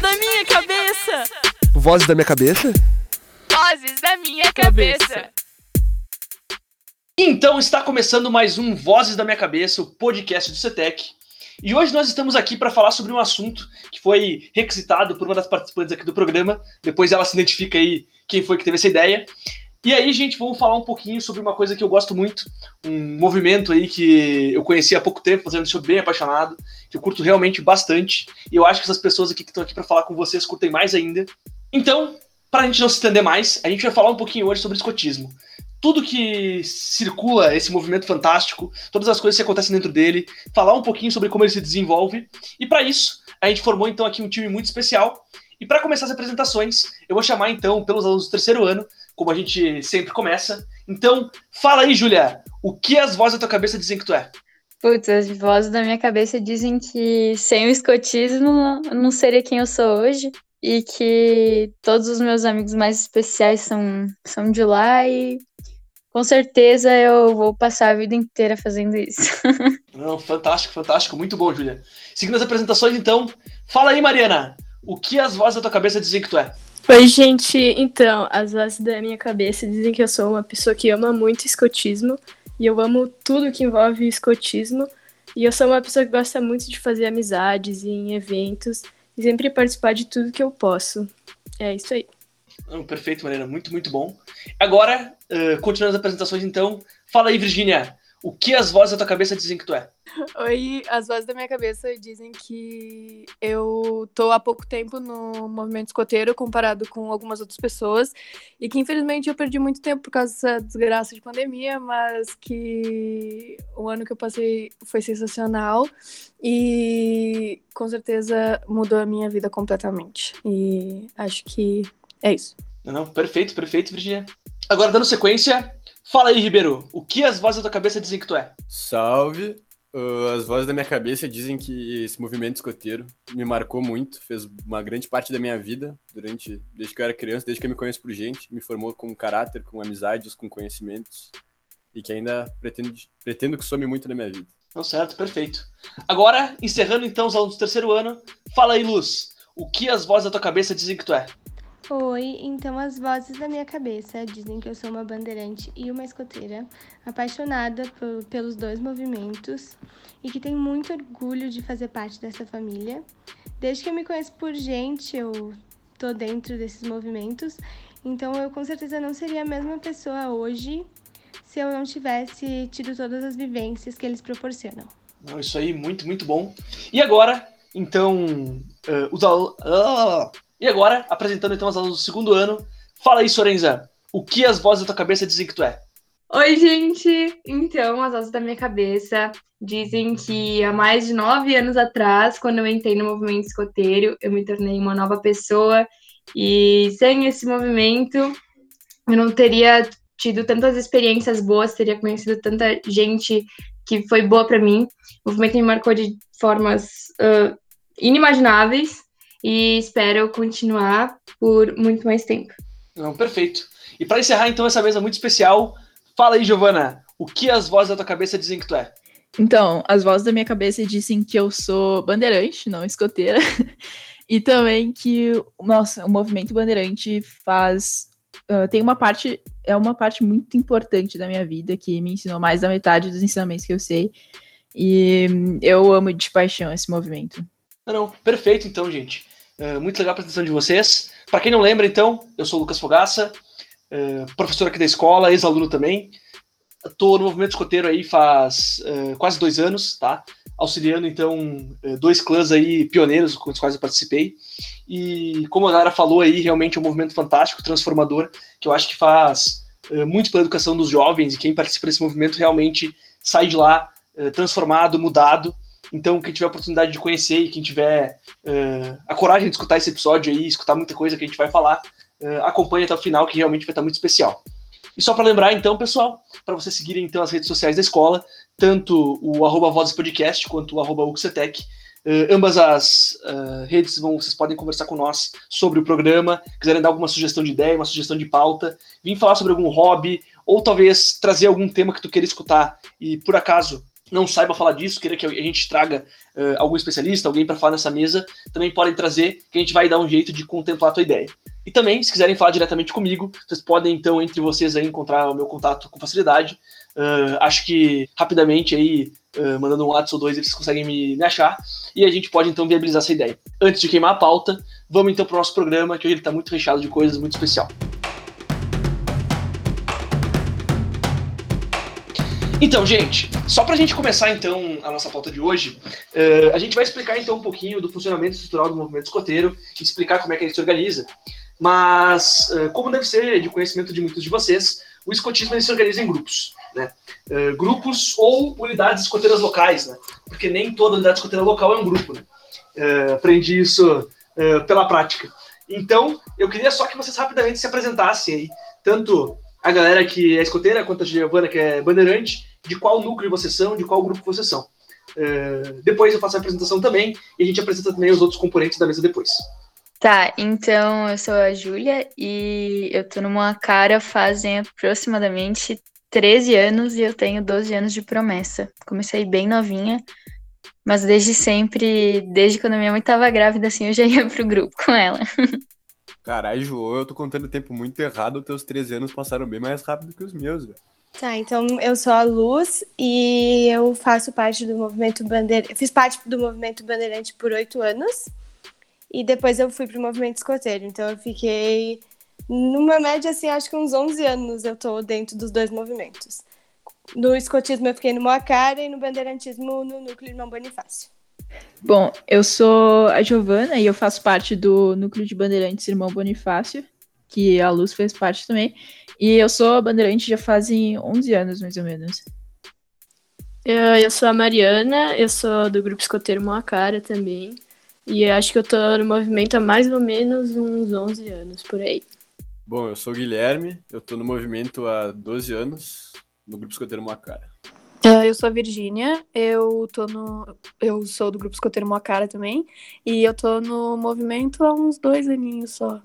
da minha cabeça. Vozes da minha cabeça? Vozes da minha cabeça. Então está começando mais um Vozes da Minha Cabeça, o podcast do CETEC. E hoje nós estamos aqui para falar sobre um assunto que foi requisitado por uma das participantes aqui do programa. Depois ela se identifica aí quem foi que teve essa ideia. E aí, gente, vamos falar um pouquinho sobre uma coisa que eu gosto muito, um movimento aí que eu conheci há pouco tempo, fazendo isso bem apaixonado, que eu curto realmente bastante. E eu acho que essas pessoas aqui que estão aqui para falar com vocês curtem mais ainda. Então, para a gente não se estender mais, a gente vai falar um pouquinho hoje sobre escotismo. Tudo que circula esse movimento fantástico, todas as coisas que acontecem dentro dele, falar um pouquinho sobre como ele se desenvolve. E para isso, a gente formou então aqui um time muito especial. E para começar as apresentações, eu vou chamar então pelos alunos do terceiro ano, como a gente sempre começa. Então, fala aí, Júlia, o que as vozes da tua cabeça dizem que tu é? Putz, as vozes da minha cabeça dizem que sem o escotismo eu não seria quem eu sou hoje. E que todos os meus amigos mais especiais são de lá e com certeza eu vou passar a vida inteira fazendo isso. Não, fantástico, fantástico. Muito bom, Júlia. Seguindo as apresentações, então, fala aí, Mariana, o que as vozes da tua cabeça dizem que tu é? Oi, gente. Então, as vozes da minha cabeça dizem que eu sou uma pessoa que ama muito escotismo e eu amo tudo que envolve escotismo e eu sou uma pessoa que gosta muito de fazer amizades em eventos e sempre participar de tudo que eu posso. É isso aí. Perfeito, Mariana. Muito, muito bom. Agora, continuando as apresentações, então, fala aí, Virgínia, o que as vozes da tua cabeça dizem que tu é? Oi, as vozes da minha cabeça dizem que eu tô há pouco tempo no movimento escoteiro comparado com algumas outras pessoas e que infelizmente eu perdi muito tempo por causa dessa desgraça de pandemia, mas que o ano que eu passei foi sensacional e com certeza mudou a minha vida completamente. E acho que é isso. Não, perfeito, perfeito, Virgínia. Agora, dando sequência, fala aí, Ribeiro, o que as vozes da tua cabeça dizem que tu é? Salve! As vozes da minha cabeça dizem que esse movimento escoteiro me marcou muito, fez uma grande parte da minha vida desde que eu era criança, desde que eu me conheço por gente, me formou com caráter, com amizades, com conhecimentos e que ainda pretendo que some muito na minha vida. Não, certo, perfeito. Agora, encerrando então os alunos do terceiro ano, fala aí, Luz, o que as vozes da tua cabeça dizem que tu é? Oi, então as vozes da minha cabeça dizem que eu sou uma bandeirante e uma escoteira, apaixonada pelos dois movimentos e que tenho muito orgulho de fazer parte dessa família. Desde que eu me conheço por gente, eu tô dentro desses movimentos, então eu com certeza não seria a mesma pessoa hoje se eu não tivesse tido todas as vivências que eles proporcionam. Não, isso aí, muito, muito bom. E agora, então, os alunos... E agora, apresentando então os alunos do segundo ano, fala aí, Sorenza, o que as vozes da tua cabeça dizem que tu é? Oi, gente! Então, as vozes da minha cabeça dizem que há mais de 9 anos atrás, quando eu entrei no movimento escoteiro, eu me tornei uma nova pessoa e sem esse movimento eu não teria tido tantas experiências boas, teria conhecido tanta gente que foi boa para mim. O movimento me marcou de formas inimagináveis. E espero continuar por muito mais tempo. Não, perfeito. E para encerrar, então, essa mesa muito especial, fala aí, Giovana, o que as vozes da tua cabeça dizem que tu é? Então, as vozes da minha cabeça dizem que eu sou bandeirante, não escoteira. E também que, nossa, o movimento bandeirante tem uma parte muito importante da minha vida, que me ensinou mais da metade dos ensinamentos que eu sei. E eu amo de paixão esse movimento. Não, perfeito então, gente. Muito legal a apresentação de vocês. Para quem não lembra, então, eu sou o Lucas Fogaça, professor aqui da escola, ex-aluno também. Estou no movimento escoteiro aí faz quase 2 anos, tá? Auxiliando, então, 2 clãs aí pioneiros com os quais eu participei. E como a galera falou aí, realmente é um movimento fantástico, transformador, que eu acho que faz muito pela educação dos jovens, e quem participa desse movimento realmente sai de lá transformado, mudado. Então, quem tiver a oportunidade de conhecer e quem tiver a coragem de escutar esse episódio aí, escutar muita coisa que a gente vai falar, acompanhe até o final, que realmente vai estar muito especial. E só para lembrar, então, pessoal, para vocês seguirem então as redes sociais da escola, tanto o @vozespodcast quanto o @ucetec. Ambas as redes vocês podem conversar com nós sobre o programa, quiserem dar alguma sugestão de ideia, uma sugestão de pauta, vir falar sobre algum hobby, ou talvez trazer algum tema que tu queira escutar e, por acaso, não saiba falar disso, queira que a gente traga algum especialista, alguém para falar nessa mesa, também podem trazer, que a gente vai dar um jeito de contemplar a tua ideia. E também, se quiserem falar diretamente comigo, vocês podem, então, entre vocês aí, encontrar o meu contato com facilidade. Acho que, rapidamente, aí, mandando um WhatsApp ou dois, eles conseguem me achar, e a gente pode, então, viabilizar essa ideia. Antes de queimar a pauta, vamos, então, para o nosso programa, que hoje ele está muito recheado de coisas muito especial. Então, gente, só para a gente começar, então, a nossa pauta de hoje, a gente vai explicar, então, um pouquinho do funcionamento estrutural do movimento escoteiro, explicar como é que ele se organiza, mas, como deve ser de conhecimento de muitos de vocês, o escotismo ele se organiza em grupos, né? Grupos ou unidades escoteiras locais, né? Porque nem toda unidade escoteira local é um grupo, né? Aprendi isso pela prática. Então, eu queria só que vocês rapidamente se apresentassem aí, tanto a galera que é escoteira, quanto a Giovana, que é bandeirante, de qual núcleo vocês são, de qual grupo vocês são. Depois eu faço a apresentação também, e a gente apresenta também os outros componentes da mesa depois. Tá, então eu sou a Júlia e eu tô no Moacara fazem aproximadamente 13 anos e eu tenho 12 anos de promessa. Comecei bem novinha, mas desde sempre, desde quando minha mãe tava grávida, assim, eu já ia pro grupo com ela. Caralho, João, eu tô contando o tempo muito errado, os teus 13 anos passaram bem mais rápido que os meus, velho. Tá, então eu sou a Luz e eu faço parte do movimento bandeirante. Fiz parte do movimento bandeirante por 8 anos e depois eu fui pro movimento escoteiro. Então eu fiquei, numa média, assim, acho que uns 11 anos eu tô dentro dos dois movimentos. No escotismo eu fiquei no Moacara e no bandeirantismo no núcleo Irmão Bonifácio. Bom, eu sou a Giovana e eu faço parte do núcleo de bandeirantes Irmão Bonifácio, que a Luz fez parte também. E eu sou bandeirante já fazem 11 anos, mais ou menos. Eu sou a Mariana, eu sou do grupo escoteiro Moacara também. E acho que eu tô no movimento há mais ou menos uns 11 anos, por aí. Bom, eu sou o Guilherme, eu tô no movimento há 12 anos, no grupo escoteiro Moacara. Eu sou a Virgínia, eu sou do grupo escoteiro Moacara também, e eu tô no movimento há uns 2 aninhos só.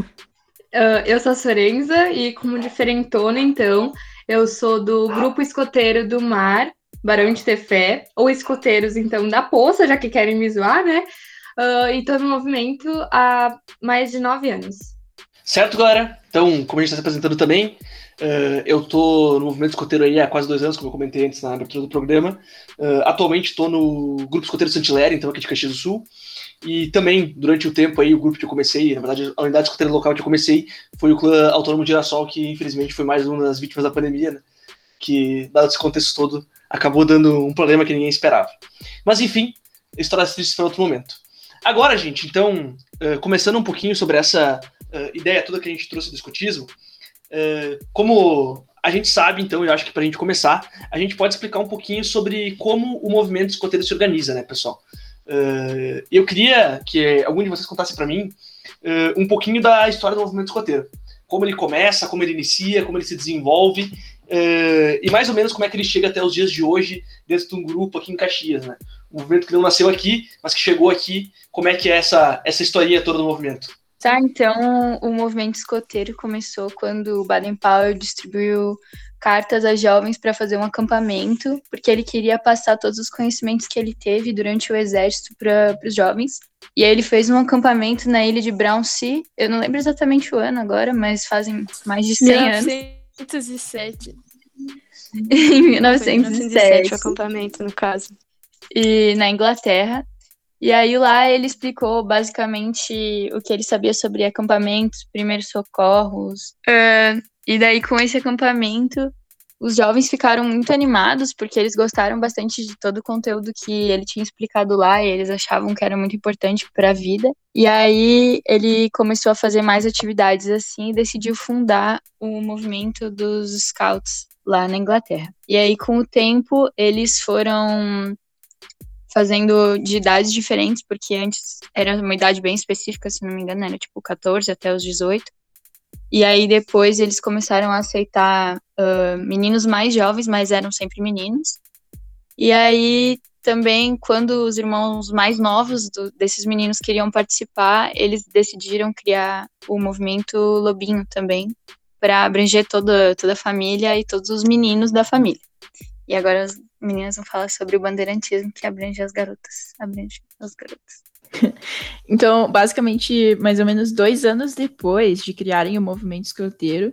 Eu sou a Sorenza e como diferentona, então, eu sou do grupo escoteiro do Mar, Barão de Tefé, ou escoteiros, então, da Poça, já que querem me zoar, né? E tô no movimento há mais de 9 anos. Certo, galera? Então, como a gente está se apresentando também, eu tô no movimento escoteiro aí há quase 2 anos, como eu comentei antes na abertura do programa. Atualmente estou no grupo escoteiro Santilere, então aqui de Caxias do Sul. E também, durante o tempo aí, o grupo que eu comecei, na verdade, a unidade escoteira local que eu comecei foi o Clã Autônomo Girassol, que infelizmente foi mais uma das vítimas da pandemia, né? Que, dado esse contexto todo, acabou dando um problema que ninguém esperava. Mas enfim, histórias tristes para outro momento. Agora, gente, então, começando um pouquinho sobre essa ideia toda que a gente trouxe do escotismo, como a gente sabe, então, eu acho que para a gente começar, a gente pode explicar um pouquinho sobre como o movimento escoteiro se organiza, né, pessoal? Eu queria que algum de vocês contasse para mim um pouquinho da história do movimento escoteiro. Como ele começa, como ele inicia, como ele se desenvolve, e mais ou menos como é que ele chega até os dias de hoje dentro de um grupo aqui em Caxias, né? Um movimento que não nasceu aqui, mas que chegou aqui. Como é que é essa historinha toda do movimento? Tá, então o movimento escoteiro começou quando o Baden-Powell distribuiu cartas a jovens para fazer um acampamento, porque ele queria passar todos os conhecimentos que ele teve durante o exército para os jovens. E aí ele fez um acampamento na ilha de Brownsea, eu não lembro exatamente o ano agora, mas fazem mais de 100 anos. 1907. Em 1907. O acampamento, no caso. E na Inglaterra. E aí lá ele explicou basicamente o que ele sabia sobre acampamentos, primeiros socorros. E daí com esse acampamento, os jovens ficaram muito animados, porque eles gostaram bastante de todo o conteúdo que ele tinha explicado lá, e eles achavam que era muito importante para a vida. E aí ele começou a fazer mais atividades assim, e decidiu fundar o movimento dos Scouts lá na Inglaterra. E aí com o tempo eles foram fazendo de idades diferentes, porque antes era uma idade bem específica, se não me engano, era tipo 14 até os 18. E aí depois eles começaram a aceitar meninos mais jovens, mas eram sempre meninos. E aí também, quando os irmãos mais novos desses meninos queriam participar, eles decidiram criar o movimento Lobinho também, para abranger toda a família e todos os meninos da família. E agora meninas vão falar sobre o bandeirantismo, que abrange as garotas. Abrange as garotas. Então, basicamente, mais ou menos 2 anos depois de criarem o movimento escoteiro,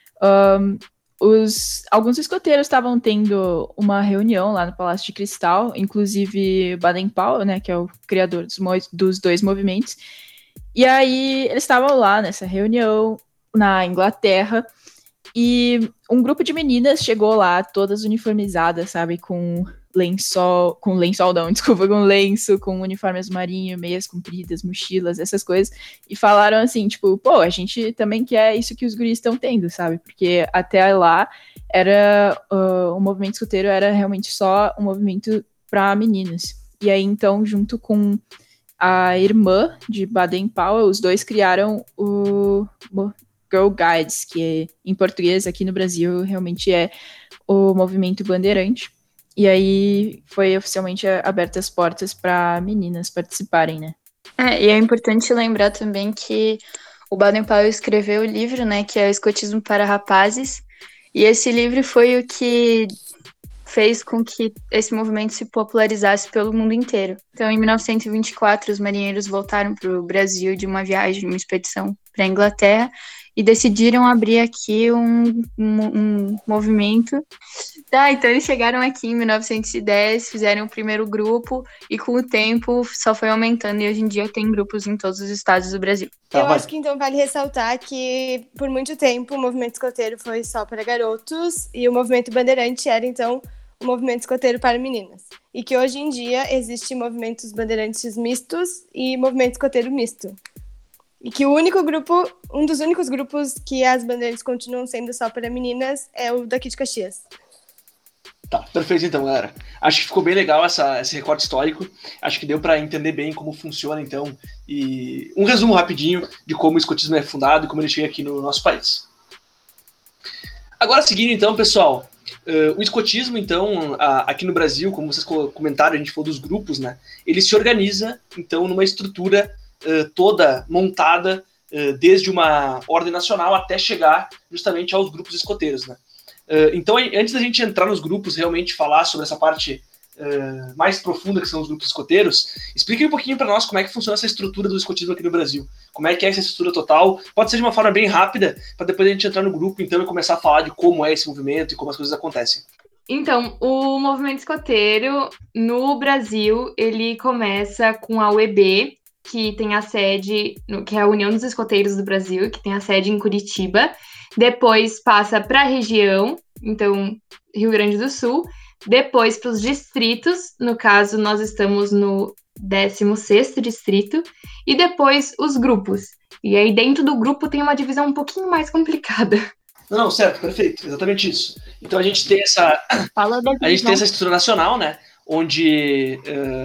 alguns escoteiros estavam tendo uma reunião lá no Palácio de Cristal, inclusive Baden-Powell, né, que é o criador dos 2 movimentos. E aí eles estavam lá nessa reunião na Inglaterra e um grupo de meninas chegou lá todas uniformizadas, sabe, com lenço, com lenço, com uniformes marinho, meias compridas, mochilas, essas coisas, e falaram assim, tipo, pô, a gente também quer isso que os guris estão tendo, sabe, porque até lá o movimento escoteiro era realmente só um movimento para meninas, e aí então, junto com a irmã de Baden-Powell, os dois criaram o Girl Guides, que em português aqui no Brasil realmente é o movimento bandeirante. E aí foi oficialmente abertas as portas para meninas participarem, né? E é importante lembrar também que o Baden-Powell escreveu o livro, né, que é o Escotismo para Rapazes, e esse livro foi o que fez com que esse movimento se popularizasse pelo mundo inteiro. Então, em 1924, os marinheiros voltaram para o Brasil de uma viagem, uma expedição para a Inglaterra, e decidiram abrir aqui um movimento. Então eles chegaram aqui em 1910, fizeram o primeiro grupo, e com o tempo só foi aumentando, e hoje em dia tem grupos em todos os estados do Brasil. Eu acho que então vale ressaltar que por muito tempo o movimento escoteiro foi só para garotos, e o movimento bandeirante era então o movimento escoteiro para meninas. E que hoje em dia existe movimentos bandeirantes mistos e movimento escoteiro misto. E que um dos únicos grupos que as bandeirantes continuam sendo só para meninas é o daqui de Caxias. Tá, perfeito então, galera. Acho que ficou bem legal esse recorte histórico. Acho que deu para entender bem como funciona, então. E um resumo rapidinho de como o escotismo é fundado e como ele chega aqui no nosso país. Agora, seguindo então, pessoal, o escotismo, então, aqui no Brasil, como vocês comentaram, a gente falou dos grupos, né? Ele se organiza, então, numa estrutura toda montada desde uma ordem nacional até chegar justamente aos grupos escoteiros, né? Então, antes da gente entrar nos grupos, realmente falar sobre essa parte mais profunda que são os grupos escoteiros, explique um pouquinho para nós como é que funciona essa estrutura do escotismo aqui no Brasil. Como é que é essa estrutura total? Pode ser de uma forma bem rápida, para depois a gente entrar no grupo então e começar a falar de como é esse movimento e como as coisas acontecem. Então, o movimento escoteiro no Brasil, ele começa com a UEB, que tem a sede, que é a União dos Escoteiros do Brasil, que tem a sede em Curitiba. Depois passa para a região, então Rio Grande do Sul. Depois para os distritos, no caso nós estamos no 16º distrito. E depois os grupos. E aí dentro do grupo tem uma divisão um pouquinho mais complicada. Não, certo, perfeito, exatamente isso. Então a gente tem essa estrutura nacional, né? Onde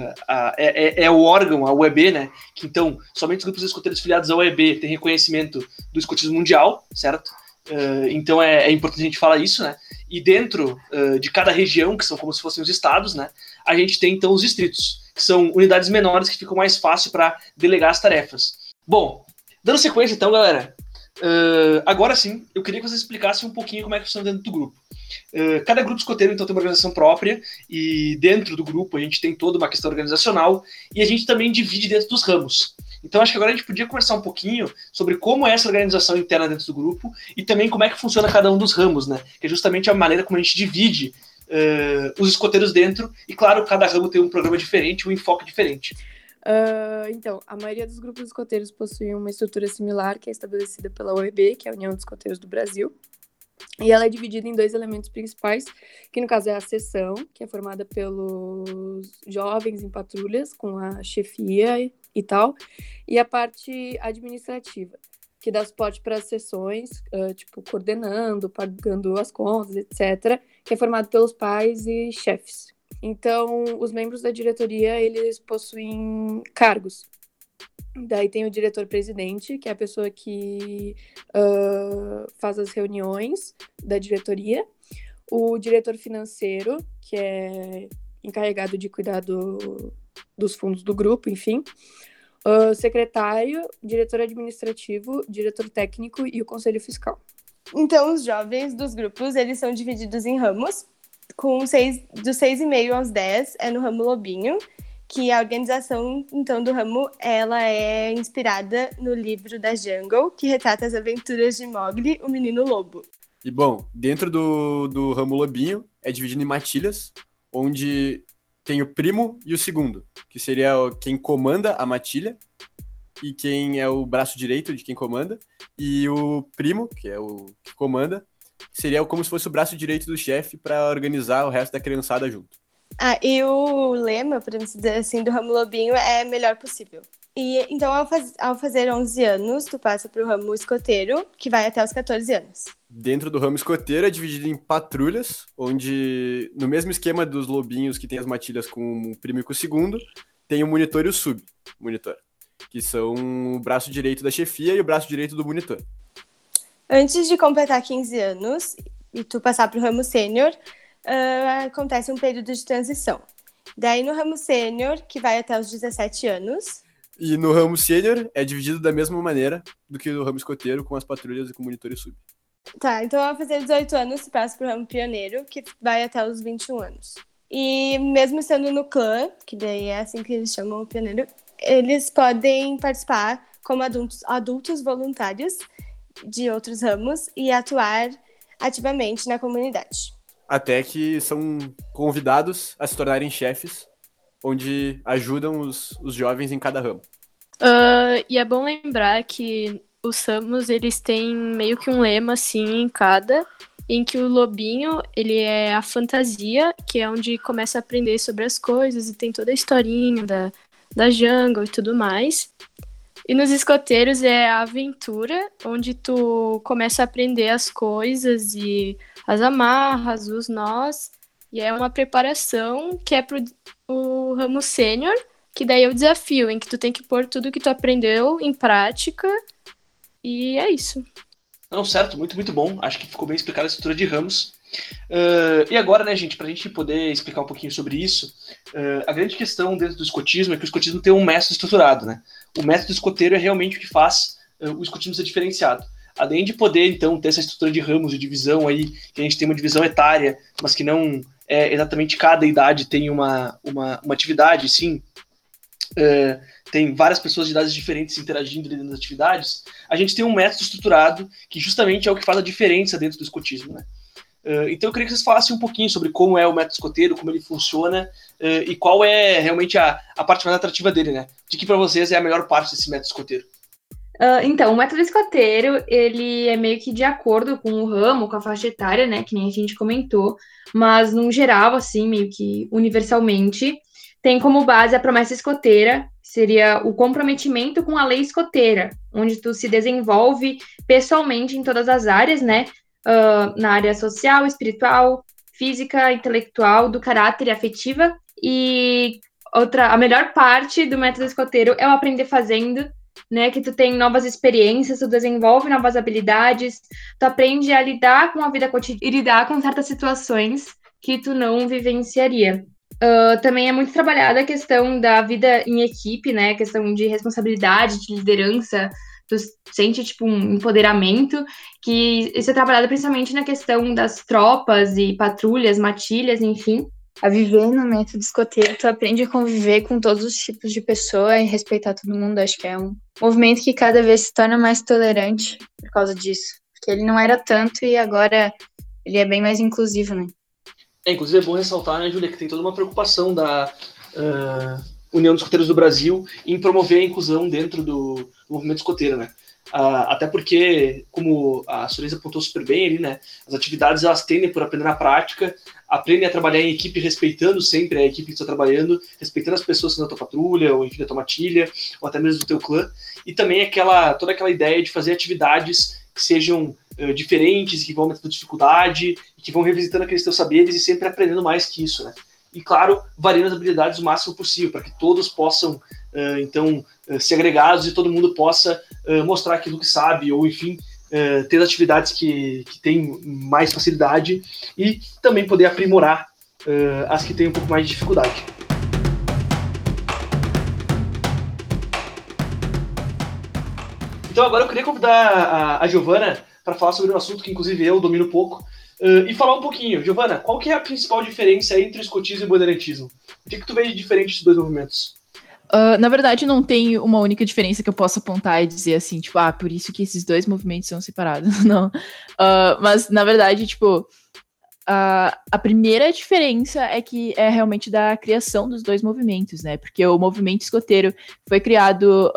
é o órgão, a UEB, né? Que então somente os grupos escoteiros filiados à UEB têm reconhecimento do escotismo mundial, certo? Então é importante a gente falar isso, né? E dentro de cada região, que são como se fossem os estados, né? A gente tem então os distritos, que são unidades menores que ficam mais fácil para delegar as tarefas. Bom, dando sequência então, galera, agora sim, eu queria que vocês explicassem um pouquinho como é que funciona dentro do grupo. Cada grupo escoteiro, então, tem uma organização própria, e dentro do grupo a gente tem toda uma questão organizacional, e a gente também divide dentro dos ramos. Então, acho que agora a gente podia conversar um pouquinho sobre como é essa organização interna dentro do grupo, e também como é que funciona cada um dos ramos, né? Que é justamente a maneira como a gente divide os escoteiros dentro, e claro, cada ramo tem um programa diferente, um enfoque diferente. Então, a maioria dos grupos escoteiros possui uma estrutura similar, que é estabelecida pela OEB, que é a União dos Escoteiros do Brasil. E ela é dividida em 2 elementos principais, que no caso é a seção, que é formada pelos jovens em patrulhas, com a chefia e tal, e a parte administrativa, que dá suporte para as seções, tipo, coordenando, pagando as contas, etc., que é formado pelos pais e chefes. Então, os membros da diretoria, eles possuem cargos. Daí tem o diretor-presidente, que é a pessoa que faz as reuniões da diretoria. O diretor financeiro, que é encarregado de cuidar dos fundos do grupo, enfim. O secretário, diretor administrativo, diretor técnico e o conselho fiscal. Então, os jovens dos grupos, eles são divididos em ramos. dos 6,5 aos 10 é no ramo lobinho, que a organização, então, do ramo, ela é inspirada no livro da Jungle, que retrata as aventuras de Mowgli, o menino lobo. E, bom, dentro do ramo lobinho, é dividido em matilhas, onde tem o primo e o segundo, que seria quem comanda a matilha, e quem é o braço direito de quem comanda, e o primo, que é o que comanda, seria como se fosse o braço direito do chefe para organizar o resto da criançada junto. E o lema, podemos dizer assim, do ramo lobinho é melhor possível. E então, ao fazer 11 anos, tu passa para o ramo escoteiro, que vai até os 14 anos. Dentro do ramo escoteiro é dividido em patrulhas, onde, no mesmo esquema dos lobinhos que tem as matilhas com o primo e com o segundo, tem o monitor e o submonitor, que são o braço direito da chefia e o braço direito do monitor. Antes de completar 15 anos e tu passar para o ramo sênior, acontece um período de transição. Daí no ramo sênior, que vai até os 17 anos. E no ramo sênior é dividido da mesma maneira do que no ramo escoteiro, com as patrulhas e com o monitor e sub. Tá, então ao fazer 18 anos, tu passa pro ramo pioneiro, que vai até os 21 anos. E mesmo estando no clã, que daí é assim que eles chamam o pioneiro, eles podem participar como adultos voluntários de outros ramos e atuar ativamente na comunidade. Até que são convidados a se tornarem chefes, onde ajudam os jovens em cada ramo. E é bom lembrar que os ramos, eles têm meio que um lema, assim, em cada, em que o lobinho, ele é a fantasia, que é onde começa a aprender sobre as coisas, e tem toda a historinha da jungle e tudo mais. E nos escoteiros é a aventura, onde tu começa a aprender as coisas e as amarras, os nós, e é uma preparação que é pro o ramo sênior, que daí é o desafio, em que tu tem que pôr tudo que tu aprendeu em prática, e é isso. Não, certo, muito, muito bom. Acho que ficou bem explicada a estrutura de ramos. E agora, né, gente, pra gente poder explicar um pouquinho sobre isso, a grande questão dentro do escotismo é que o escotismo tem um método estruturado, né? O método escoteiro é realmente o que faz o escotismo ser diferenciado. Além de poder, então, ter essa estrutura de ramos, de divisão aí, que a gente tem uma divisão etária, mas que não é exatamente cada idade tem uma atividade, sim, tem várias pessoas de idades diferentes interagindo dentro das atividades, a gente tem um método estruturado que justamente é o que faz a diferença dentro do escotismo, né? Então eu queria que vocês falassem um pouquinho sobre como é o método escoteiro, como ele funciona e qual é realmente a parte mais atrativa dele, né? De que para vocês é a melhor parte desse método escoteiro? Então, o método escoteiro, ele é meio que de acordo com o ramo, com a faixa etária, né, que nem a gente comentou, mas, no geral, assim, meio que universalmente, tem como base a promessa escoteira, que seria o comprometimento com a lei escoteira, onde tu se desenvolve pessoalmente em todas as áreas, né, na área social, espiritual, física, intelectual, do caráter e afetiva, e a melhor parte do método escoteiro é o aprender fazendo, né, que tu tem novas experiências, tu desenvolve novas habilidades, tu aprende a lidar com a vida cotidiana e lidar com certas situações que tu não vivenciaria. Também é muito trabalhada a questão da vida em equipe, né, a questão de responsabilidade, de liderança, tu sente, tipo, um empoderamento, que isso é trabalhado principalmente na questão das tropas e patrulhas, matilhas, enfim. A viver no método escoteiro, tu aprende a conviver com todos os tipos de pessoa e respeitar todo mundo. Acho que é um movimento que cada vez se torna mais tolerante por causa disso. Porque ele não era tanto e agora ele é bem mais inclusivo, né? Inclusive é bom ressaltar, né, Júlia, que tem toda uma preocupação da União dos Escoteiros do Brasil em promover a inclusão dentro do movimento escoteiro, né? Até porque, como a Soraya apontou super bem ali, né, as atividades elas tendem por aprender na prática, aprendem a trabalhar em equipe respeitando sempre a equipe que está trabalhando, respeitando as pessoas que estão na tua patrulha, ou enfim, da tua matilha, ou até mesmo do teu clã, e também toda aquela ideia de fazer atividades que sejam diferentes, que vão aumentando dificuldade, e que vão revisitando aqueles teus saberes e sempre aprendendo mais que isso, né? E, claro, variando as habilidades o máximo possível, para que todos possam, ser agregados e todo mundo possa mostrar aquilo que sabe, ou, enfim, ter atividades que têm mais facilidade e também poder aprimorar as que têm um pouco mais de dificuldade. Então, agora eu queria convidar a Giovana para falar sobre um assunto que, inclusive, eu domino pouco, E falar um pouquinho, Giovana, qual que é a principal diferença entre o escotismo e o bandeirantismo? O que tu vê de diferente desses dois movimentos? Na verdade, não tem uma única diferença que eu possa apontar e dizer assim, tipo, por isso que esses dois movimentos são separados. Não. Mas, na verdade, tipo, a primeira diferença é que é realmente da criação dos dois movimentos, né? Porque o movimento escoteiro foi criado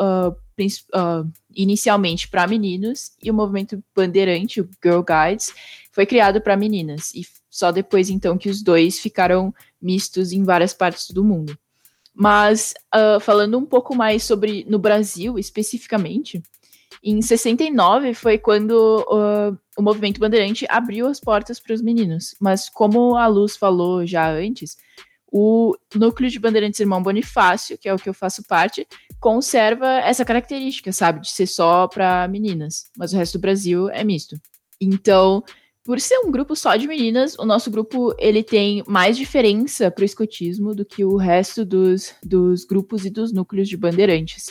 inicialmente para meninos e o movimento bandeirante, o Girl Guides, foi criado para meninas. E só depois, então, que os dois ficaram mistos em várias partes do mundo. Mas, falando um pouco mais sobre no Brasil, especificamente, em 69 foi quando o movimento bandeirante abriu as portas para os meninos. Mas, como a Luz falou já antes, o núcleo de Bandeirantes Irmão Bonifácio, que é o que eu faço parte, conserva essa característica, sabe, de ser só para meninas. Mas o resto do Brasil é misto. Então, por ser um grupo só de meninas, o nosso grupo ele tem mais diferença para o escotismo do que o resto dos grupos e dos núcleos de bandeirantes.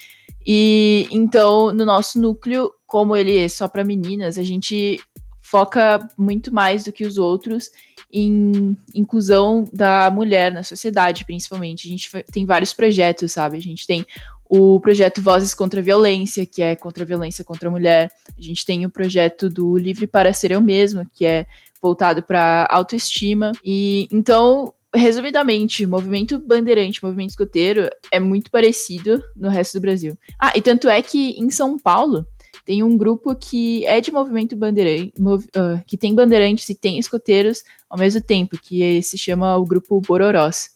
E então, no nosso núcleo, como ele é só para meninas, a gente foca muito mais do que os outros em inclusão da mulher na sociedade, principalmente. A gente tem vários projetos, sabe? A gente tem o projeto Vozes contra a Violência, que é contra a violência contra a mulher. A gente tem o projeto do Livre para Ser Eu Mesma, que é voltado para autoestima. E então, resumidamente, o movimento bandeirante, o movimento escoteiro é muito parecido no resto do Brasil. E tanto é que em São Paulo tem um grupo que é de movimento bandeirante, que tem bandeirantes e tem escoteiros ao mesmo tempo, que se chama o Grupo Bororós.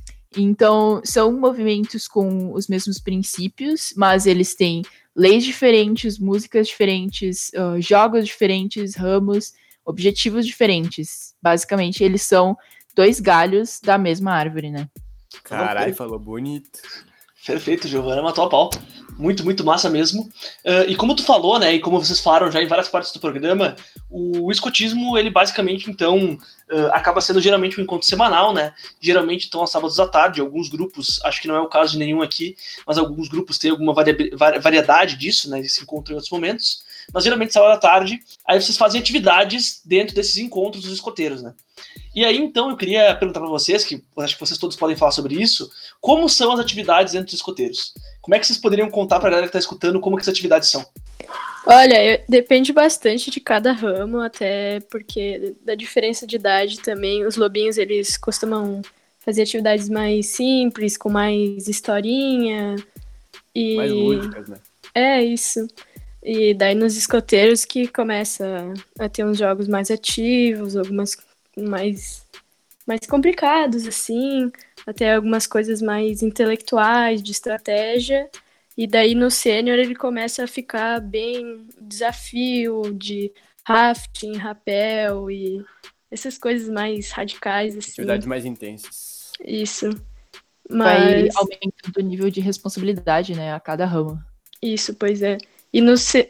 Então, são movimentos com os mesmos princípios, mas eles têm leis diferentes, músicas diferentes, jogos diferentes, ramos, objetivos diferentes. Basicamente, eles são dois galhos da mesma árvore, né? Caralho, falou bonito. Perfeito, Giovana, matou a pau. Muito, muito massa mesmo. E como tu falou, né, e como vocês falaram já em várias partes do programa, o escotismo, ele basicamente, então, acaba sendo geralmente um encontro semanal, né? Geralmente, então, aos sábados à tarde, alguns grupos, acho que não é o caso de nenhum aqui, mas alguns grupos têm alguma variedade disso, né? Eles se encontram em outros momentos. Mas geralmente, sábado à tarde, aí vocês fazem atividades dentro desses encontros dos escoteiros, né? E aí, então, eu queria perguntar para vocês, que acho que vocês todos podem falar sobre isso, como são as atividades dentro dos escoteiros? Como é que vocês poderiam contar para a galera que está escutando como que essas atividades são? Olha, depende bastante de cada ramo, até porque da diferença de idade também, os lobinhos, eles costumam fazer atividades mais simples, com mais historinha. Mais lúdicas, né? É, isso. E daí nos escoteiros que começa a ter uns jogos mais ativos, algumas mais complicados, assim, até algumas coisas mais intelectuais, de estratégia. E daí no sênior ele começa a ficar bem desafio de rafting, rapel e essas coisas mais radicais, assim. Atividades mais intensas. Isso. Vai aumentando o nível de responsabilidade, né, a cada ramo. Isso, pois é. E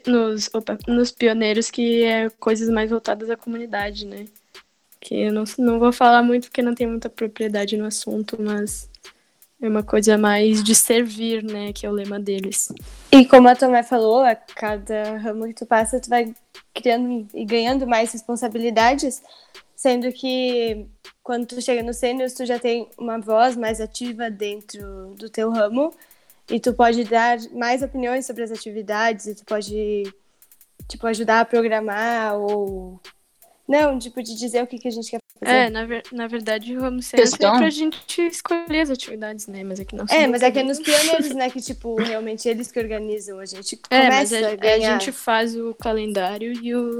nos pioneiros que é coisas mais voltadas à comunidade, né? Que eu não vou falar muito porque não tenho muita propriedade no assunto, mas é uma coisa mais de servir, né? Que é o lema deles. E como a Tomé falou, a cada ramo que tu passa, tu vai criando e ganhando mais responsabilidades, sendo que quando tu chega no sênior, tu já tem uma voz mais ativa dentro do teu ramo e tu pode dar mais opiniões sobre as atividades e tu pode, tipo, ajudar a programar ou... Não, tipo, de dizer o que a gente quer fazer. Na verdade, o ramo sênior é pra gente escolher as atividades, né? Mas é que não mas é que é nos pioneiros, né? Que, tipo, realmente eles que organizam. A gente começa a ganhar. A gente faz o calendário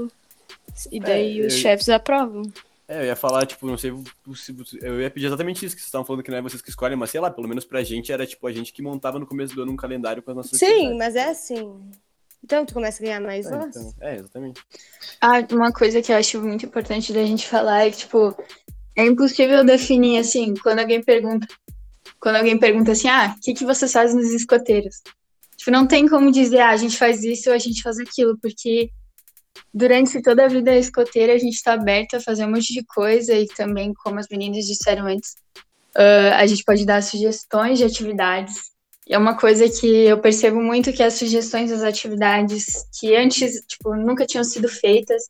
e daí os chefes aprovam. Eu ia falar, tipo, não sei se eu ia pedir exatamente isso que vocês estavam falando, que não é vocês que escolhem, mas sei lá, pelo menos pra gente era, tipo, a gente que montava no começo do ano um calendário com as nossas atividades. Sim, mas é assim. Então, tu começa a ganhar mais voz. Então, exatamente. Uma coisa que eu acho muito importante da gente falar é que, tipo, é impossível definir, assim, quando alguém pergunta assim, o que vocês fazem nos escoteiros? Tipo, não tem como dizer, a gente faz isso ou a gente faz aquilo, porque durante toda a vida escoteira a gente tá aberto a fazer um monte de coisa e também, como as meninas disseram antes, a gente pode dar sugestões de atividades. É uma coisa que eu percebo muito, que as sugestões das atividades que antes, tipo, nunca tinham sido feitas,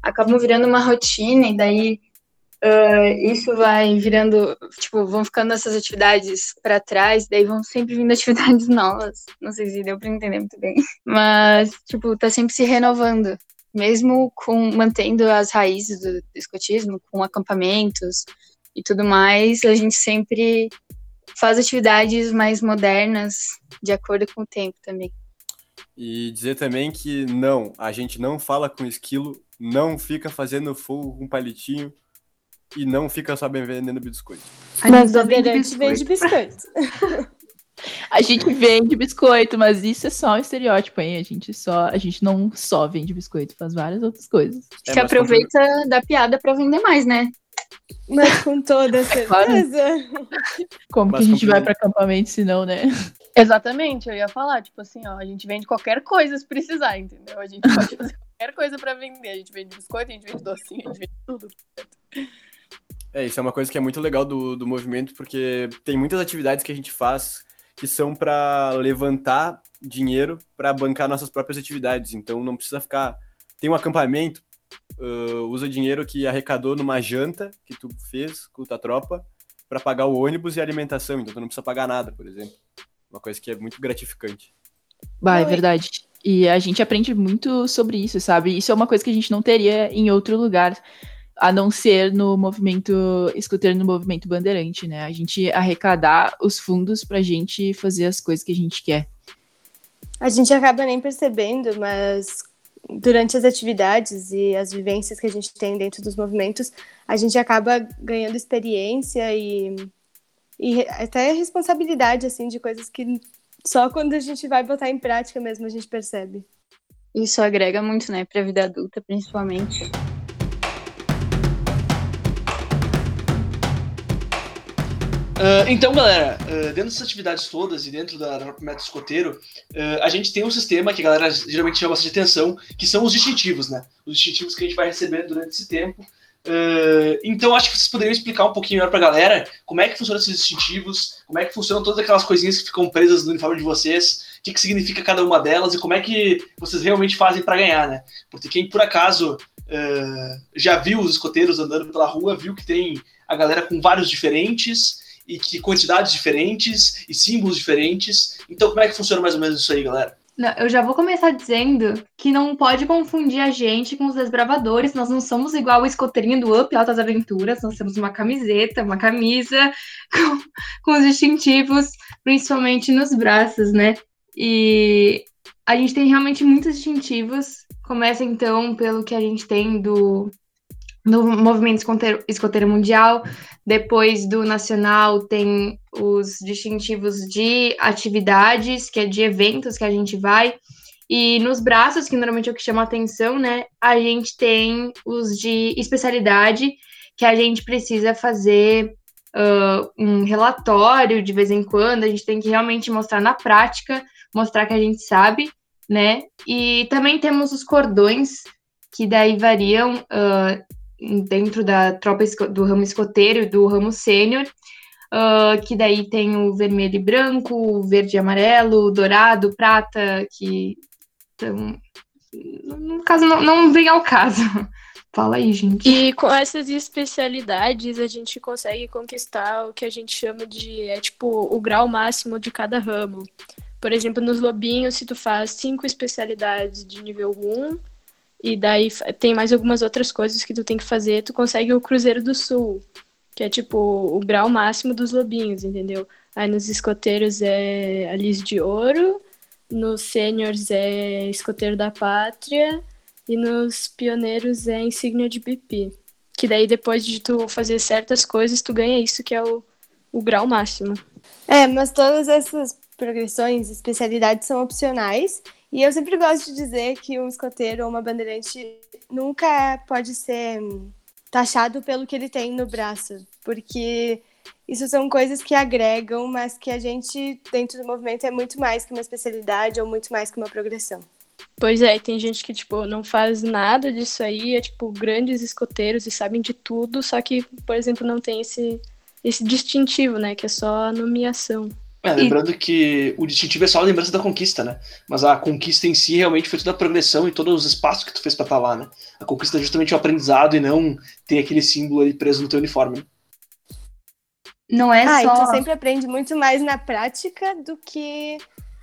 acabam virando uma rotina, e daí isso vai virando, tipo, vão ficando essas atividades para trás, daí vão sempre vindo atividades novas. Não sei se deu para entender muito bem. Mas, tipo, tá sempre se renovando. Mesmo mantendo as raízes do escotismo, com acampamentos e tudo mais, a gente sempre faz atividades mais modernas, de acordo com o tempo também. E dizer também que não, a gente não fala com esquilo, não fica fazendo fogo com palitinho, e não fica só bem vendendo biscoito. Mas bandeirante vende biscoito. A gente vende biscoito, mas isso é só um estereótipo, hein? A gente não só vende biscoito, faz várias outras coisas. Acho que aproveita da piada pra vender mais, né? Mas com toda certeza. Claro. Como que a gente vai pra acampamento se não, né? Exatamente, eu ia falar, tipo assim, ó, a gente vende qualquer coisa se precisar, entendeu? A gente pode fazer qualquer coisa pra vender. A gente vende biscoito, a gente vende docinho, a gente vende tudo. Isso é uma coisa que é muito legal do movimento, porque tem muitas atividades que a gente faz que são para levantar dinheiro para bancar nossas próprias atividades. Então não precisa ficar... Tem um acampamento, usa dinheiro que arrecadou numa janta que tu fez com a tua tropa para pagar o ônibus e a alimentação. Então tu não precisa pagar nada, por exemplo. Uma coisa que é muito gratificante. É verdade. E a gente aprende muito sobre isso, sabe? Isso é uma coisa que a gente não teria em outro lugar, a não ser no movimento escoteiro, no movimento bandeirante, né? A gente arrecadar os fundos pra gente fazer as coisas que a gente quer. A gente acaba nem percebendo, mas durante as atividades e as vivências que a gente tem dentro dos movimentos, a gente acaba ganhando experiência e até responsabilidade, assim, de coisas que só quando a gente vai botar em prática mesmo a gente percebe. Isso agrega muito, né, pra vida adulta, principalmente. Então, galera, dentro dessas atividades todas e dentro da método escoteiro, a gente tem um sistema que a galera geralmente chama bastante atenção, que são os distintivos, né? Os distintivos que a gente vai recebendo durante esse tempo. Então, acho que vocês poderiam explicar um pouquinho melhor pra galera como é que funcionam esses distintivos, como é que funcionam todas aquelas coisinhas que ficam presas no uniforme de vocês, o que significa cada uma delas e como é que vocês realmente fazem pra ganhar, né? Porque quem, por acaso, já viu os escoteiros andando pela rua, viu que tem a galera com vários diferentes e que quantidades diferentes e símbolos diferentes. Então, como é que funciona mais ou menos isso aí, galera? Não, eu já vou começar dizendo que não pode confundir a gente com os desbravadores. Nós não somos igual o escoteirinho do Up Altas Aventuras. Nós temos uma camiseta, uma camisa com os distintivos, principalmente nos braços, né? E a gente tem realmente muitos distintivos. Começa, então, pelo que a gente tem do movimento escoteiro mundial. Depois do nacional tem os distintivos de atividades, que é de eventos que a gente vai. E nos braços, que normalmente é o que chama a atenção, né? A gente tem os de especialidade, que a gente precisa fazer um relatório de vez em quando. A gente tem que realmente mostrar na prática, mostrar que a gente sabe, né? E também temos os cordões, que daí variam dentro da tropa do ramo escoteiro e do ramo sênior, que daí tem o vermelho e branco, o verde e amarelo, o dourado, prata, que então, no caso não vem ao caso. Fala aí, gente. E com essas especialidades a gente consegue conquistar o que a gente chama de o grau máximo de cada ramo. Por exemplo, nos lobinhos, se tu faz 5 especialidades de nível 1, e daí tem mais algumas outras coisas que tu tem que fazer, tu consegue o Cruzeiro do Sul, que é o grau máximo dos lobinhos, entendeu? Aí nos escoteiros é a Lis de Ouro, nos sêniors é Escoteiro da Pátria, e nos pioneiros é Insígnia de BP. Que daí depois de tu fazer certas coisas, tu ganha isso, que é o grau máximo. Mas todas essas progressões e especialidades são opcionais. E eu sempre gosto de dizer que um escoteiro ou uma bandeirante nunca pode ser taxado pelo que ele tem no braço, porque isso são coisas que agregam, mas que a gente, dentro do movimento, é muito mais que uma especialidade ou muito mais que uma progressão. Pois é, tem gente que, não faz nada disso aí, grandes escoteiros e sabem de tudo, só que, por exemplo, não tem esse distintivo, né, que é só a nomeação. Lembrando que o distintivo é só a lembrança da conquista, né? Mas a conquista em si realmente foi toda a progressão e todos os espaços que tu fez pra estar lá, né? A conquista é justamente o aprendizado e não ter aquele símbolo ali preso no teu uniforme. Não é E só... tu sempre aprende muito mais na prática do que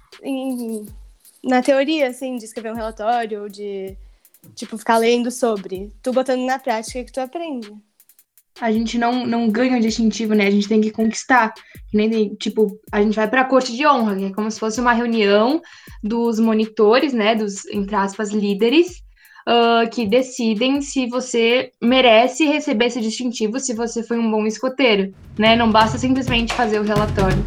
na teoria, assim, de escrever um relatório ou de, tipo, ficar lendo sobre. Tu botando na prática que tu aprende. A gente não ganha o distintivo, né? A gente tem que conquistar. Que nem, tipo, a gente vai pra corte de honra, que é como se fosse uma reunião dos monitores, né? Dos, entre aspas, líderes, que decidem se você merece receber esse distintivo, se você foi um bom escoteiro, né? Não basta simplesmente fazer o relatório.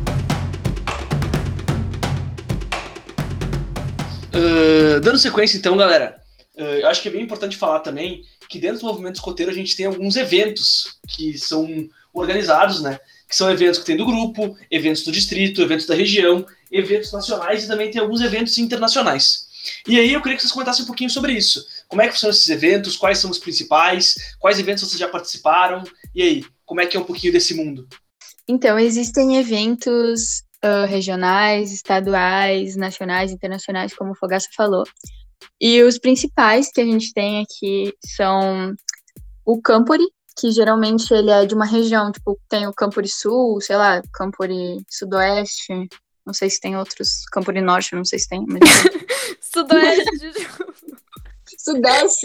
Dando sequência, então, galera, eu acho que é bem importante falar também que dentro do movimento escoteiro a gente tem alguns eventos que são organizados, né? Que são eventos que tem do grupo, eventos do distrito, eventos da região, eventos nacionais e também tem alguns eventos internacionais. E aí eu queria que vocês comentassem um pouquinho sobre isso. Como é que funcionam esses eventos? Quais são os principais? Quais eventos vocês já participaram? E aí, como é que é um pouquinho desse mundo? Então, existem eventos regionais, estaduais, nacionais, internacionais, como o Fogaça falou. E os principais que a gente tem aqui são o Campori, que geralmente ele é de uma região, tipo, tem o Campori Sul, sei lá, Campori Sudoeste, não sei se tem outros, Campori Norte, não sei se tem, mas... Sudoeste. Sudeste.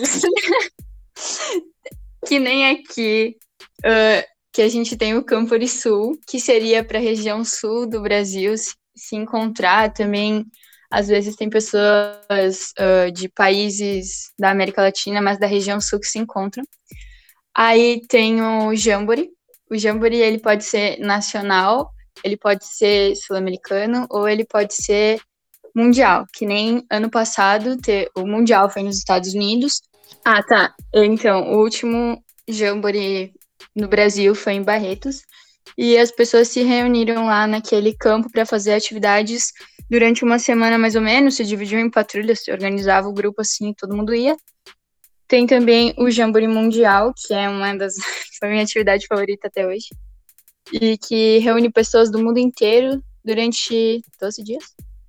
Que nem aqui, que a gente tem o Campori Sul, que seria para a região sul do Brasil se encontrar também. Às vezes tem pessoas de países da América Latina, mas da região sul que se encontram. Aí tem o Jamboree. O Jamboree, ele pode ser nacional, ele pode ser sul-americano ou ele pode ser mundial, que nem ano passado o mundial foi nos Estados Unidos. Ah, tá. Então, o último Jamboree no Brasil foi em Barretos e as pessoas se reuniram lá naquele campo para fazer atividades durante uma semana mais ou menos, se dividiam em patrulhas, se organizava o grupo assim, todo mundo ia. Tem também o Jamboree Mundial, que é uma das foi a minha atividade favorita até hoje, e que reúne pessoas do mundo inteiro durante 12 dias.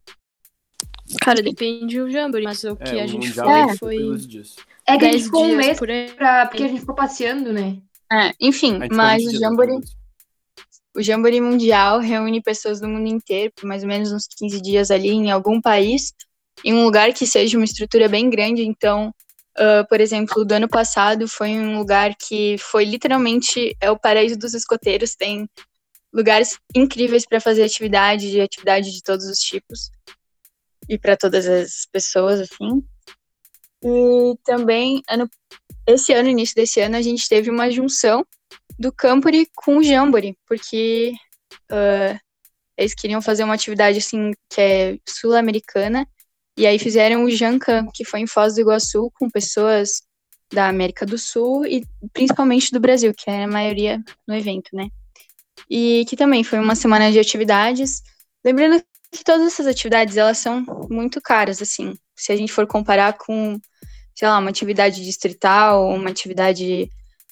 Cara, depende do Jamboree, mas o que a gente foi... É que a gente ficou um mês por aí. porque a gente ficou passeando, né? Enfim, mas o Jamboree Mundial reúne pessoas do mundo inteiro por mais ou menos uns 15 dias ali em algum país, em um lugar que seja uma estrutura bem grande. Então, por exemplo, do ano passado foi um lugar que foi literalmente o paraíso dos escoteiros, tem lugares incríveis para fazer atividade de todos os tipos e para todas as pessoas, assim. E também, início desse ano, a gente teve uma junção do Campori com o Jamboree, porque eles queriam fazer uma atividade, assim, que é sul-americana, e aí fizeram o Jancan, que foi em Foz do Iguaçu, com pessoas da América do Sul e principalmente do Brasil, que é a maioria no evento, né? E que também foi uma semana de atividades. Lembrando que todas essas atividades, elas são muito caras, assim. Se a gente for comparar com, sei lá, uma atividade distrital, uma atividade...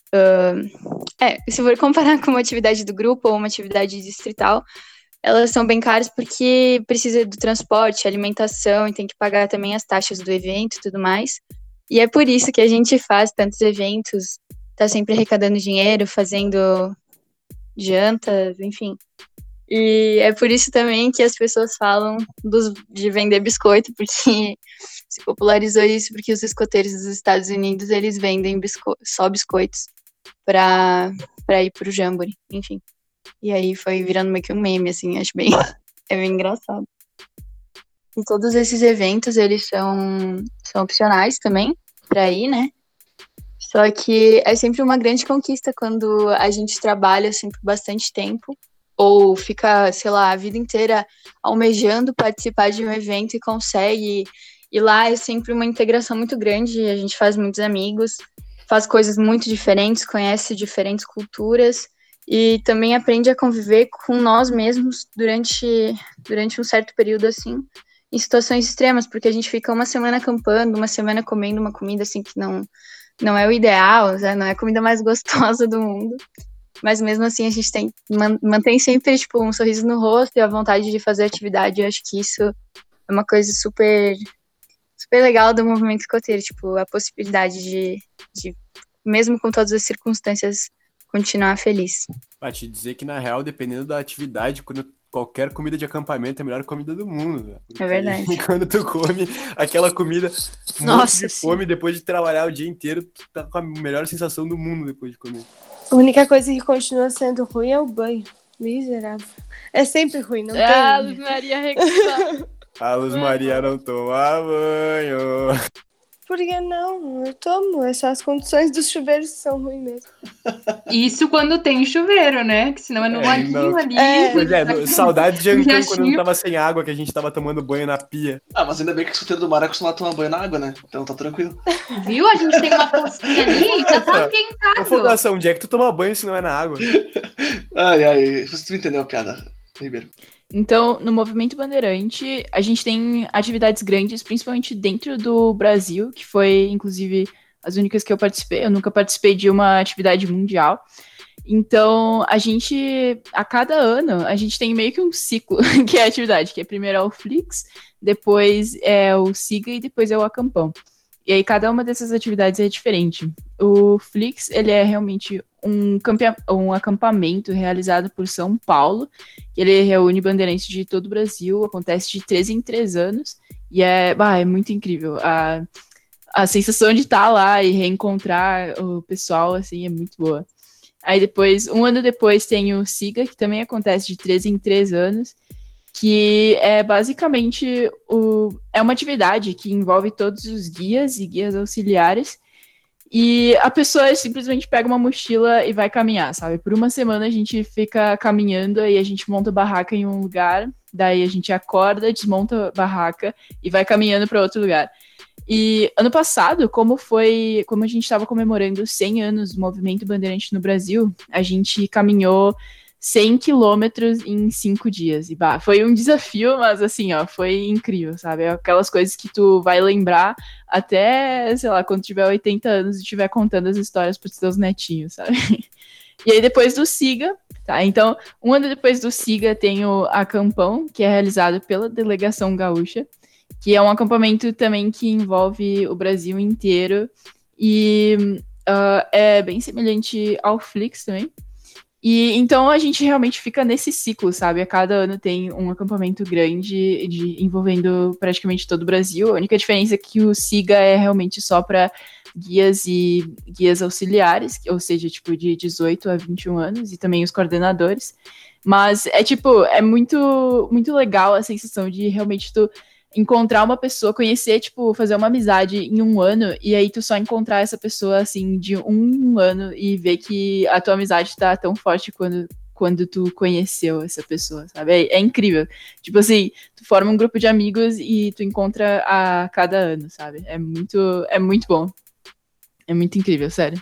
se for comparar com uma atividade do grupo ou uma atividade distrital, elas são bem caras porque precisa do transporte, alimentação, e tem que pagar também as taxas do evento e tudo mais. E é por isso que a gente faz tantos eventos, tá sempre arrecadando dinheiro, fazendo jantas, enfim. E é por isso também que as pessoas falam de vender biscoito, porque se popularizou isso, porque os escoteiros dos Estados Unidos, eles vendem só biscoitos para ir pro Jamboree, enfim. E aí foi virando meio que um meme, assim, acho bem engraçado. E todos esses eventos, eles são opcionais também, para ir, né? Só que é sempre uma grande conquista quando a gente trabalha, assim, por bastante tempo, ou fica, sei lá, a vida inteira almejando participar de um evento e consegue. E lá é sempre uma integração muito grande, a gente faz muitos amigos, faz coisas muito diferentes, conhece diferentes culturas e também aprende a conviver com nós mesmos durante um certo período, assim, em situações extremas, porque a gente fica uma semana acampando, uma semana comendo uma comida, assim, que não é o ideal, né? Não é a comida mais gostosa do mundo. mas mesmo assim a gente mantém sempre, tipo, um sorriso no rosto e a vontade de fazer atividade. Eu acho que isso é uma coisa super, super legal do movimento escoteiro, tipo, a possibilidade de, mesmo com todas as circunstâncias, continuar feliz. Pra te dizer que, na real, dependendo da atividade, qualquer comida de acampamento é a melhor comida do mundo, velho. É verdade. E quando tu come aquela comida, Nossa, de fome, depois de trabalhar o dia inteiro, tu tá com a melhor sensação do mundo depois de comer. A única coisa que continua sendo ruim é o banho. Miserável. É sempre ruim, não Ah, tem. Luz Maria reclamar. A Luz Maria não toma banho. Por que não? Eu tomo. É só as condições dos chuveiros que são ruins mesmo. Isso quando tem chuveiro, né? Que senão é no laguinho não. ali. Pois é, saudade de Ancã quando não riachinho. tava sem água, que a gente tava tomando banho na pia. Ah, mas ainda bem que o escoteiro do mar é acostumado a tomar banho na água, né? Então tá tranquilo. Viu? A gente tem uma pocinha ali, já tá Ô, ambientado. Fundação, onde é que tu toma banho se não é na água? Ai, você entendeu a piada, Ribeiro. Então, no Movimento Bandeirante, a gente tem atividades grandes, principalmente dentro do Brasil, que foi, inclusive, as únicas que eu participei. Eu nunca participei de uma atividade mundial. Então, a cada ano, a gente tem meio que um ciclo, que é a atividade, que é primeiro é o Flix, depois é o Siga e depois é o Acampão. E aí, cada uma dessas atividades é diferente. O Flix, ele é realmente um acampamento realizado por São Paulo, que ele reúne bandeirantes de todo o Brasil, acontece de 3 em 3 anos, e é muito incrível. A sensação de estar lá e reencontrar o pessoal, assim, é muito boa. Aí depois, um ano depois, tem o Siga, que também acontece de 3 em 3 anos, que é basicamente é uma atividade que envolve todos os guias e guias auxiliares, e a pessoa simplesmente pega uma mochila e vai caminhar, sabe? Por uma semana a gente fica caminhando e a gente monta barraca em um lugar, daí a gente acorda, desmonta a barraca e vai caminhando para outro lugar. E ano passado, como a gente estava comemorando 100 anos do Movimento Bandeirante no Brasil, a gente caminhou 100 quilômetros em 5 dias. E foi um desafio, mas assim, ó, foi incrível, sabe? Aquelas coisas que tu vai lembrar até, sei lá, quando tiver 80 anos e estiver contando as histórias pros teus netinhos, sabe? E aí depois do Siga, tá? Então, um ano depois do Siga tem o Acampão, que é realizado pela Delegação Gaúcha, que é um acampamento também que envolve o Brasil inteiro e é bem semelhante ao Flix também. E então a gente realmente fica nesse ciclo, sabe? A cada ano tem um acampamento grande envolvendo praticamente todo o Brasil. A única diferença é que o Siga é realmente só para guias e guias auxiliares, ou seja, tipo de 18 a 21 anos, e também os coordenadores. Mas é muito, muito legal a sensação de realmente tu encontrar uma pessoa, conhecer, tipo, fazer uma amizade em um ano, e aí tu só encontrar essa pessoa, assim, de um ano e ver que a tua amizade tá tão forte quando tu conheceu essa pessoa, sabe? É incrível. Tipo assim, tu forma um grupo de amigos e tu encontra a cada ano, sabe? É muito bom. É muito incrível, sério.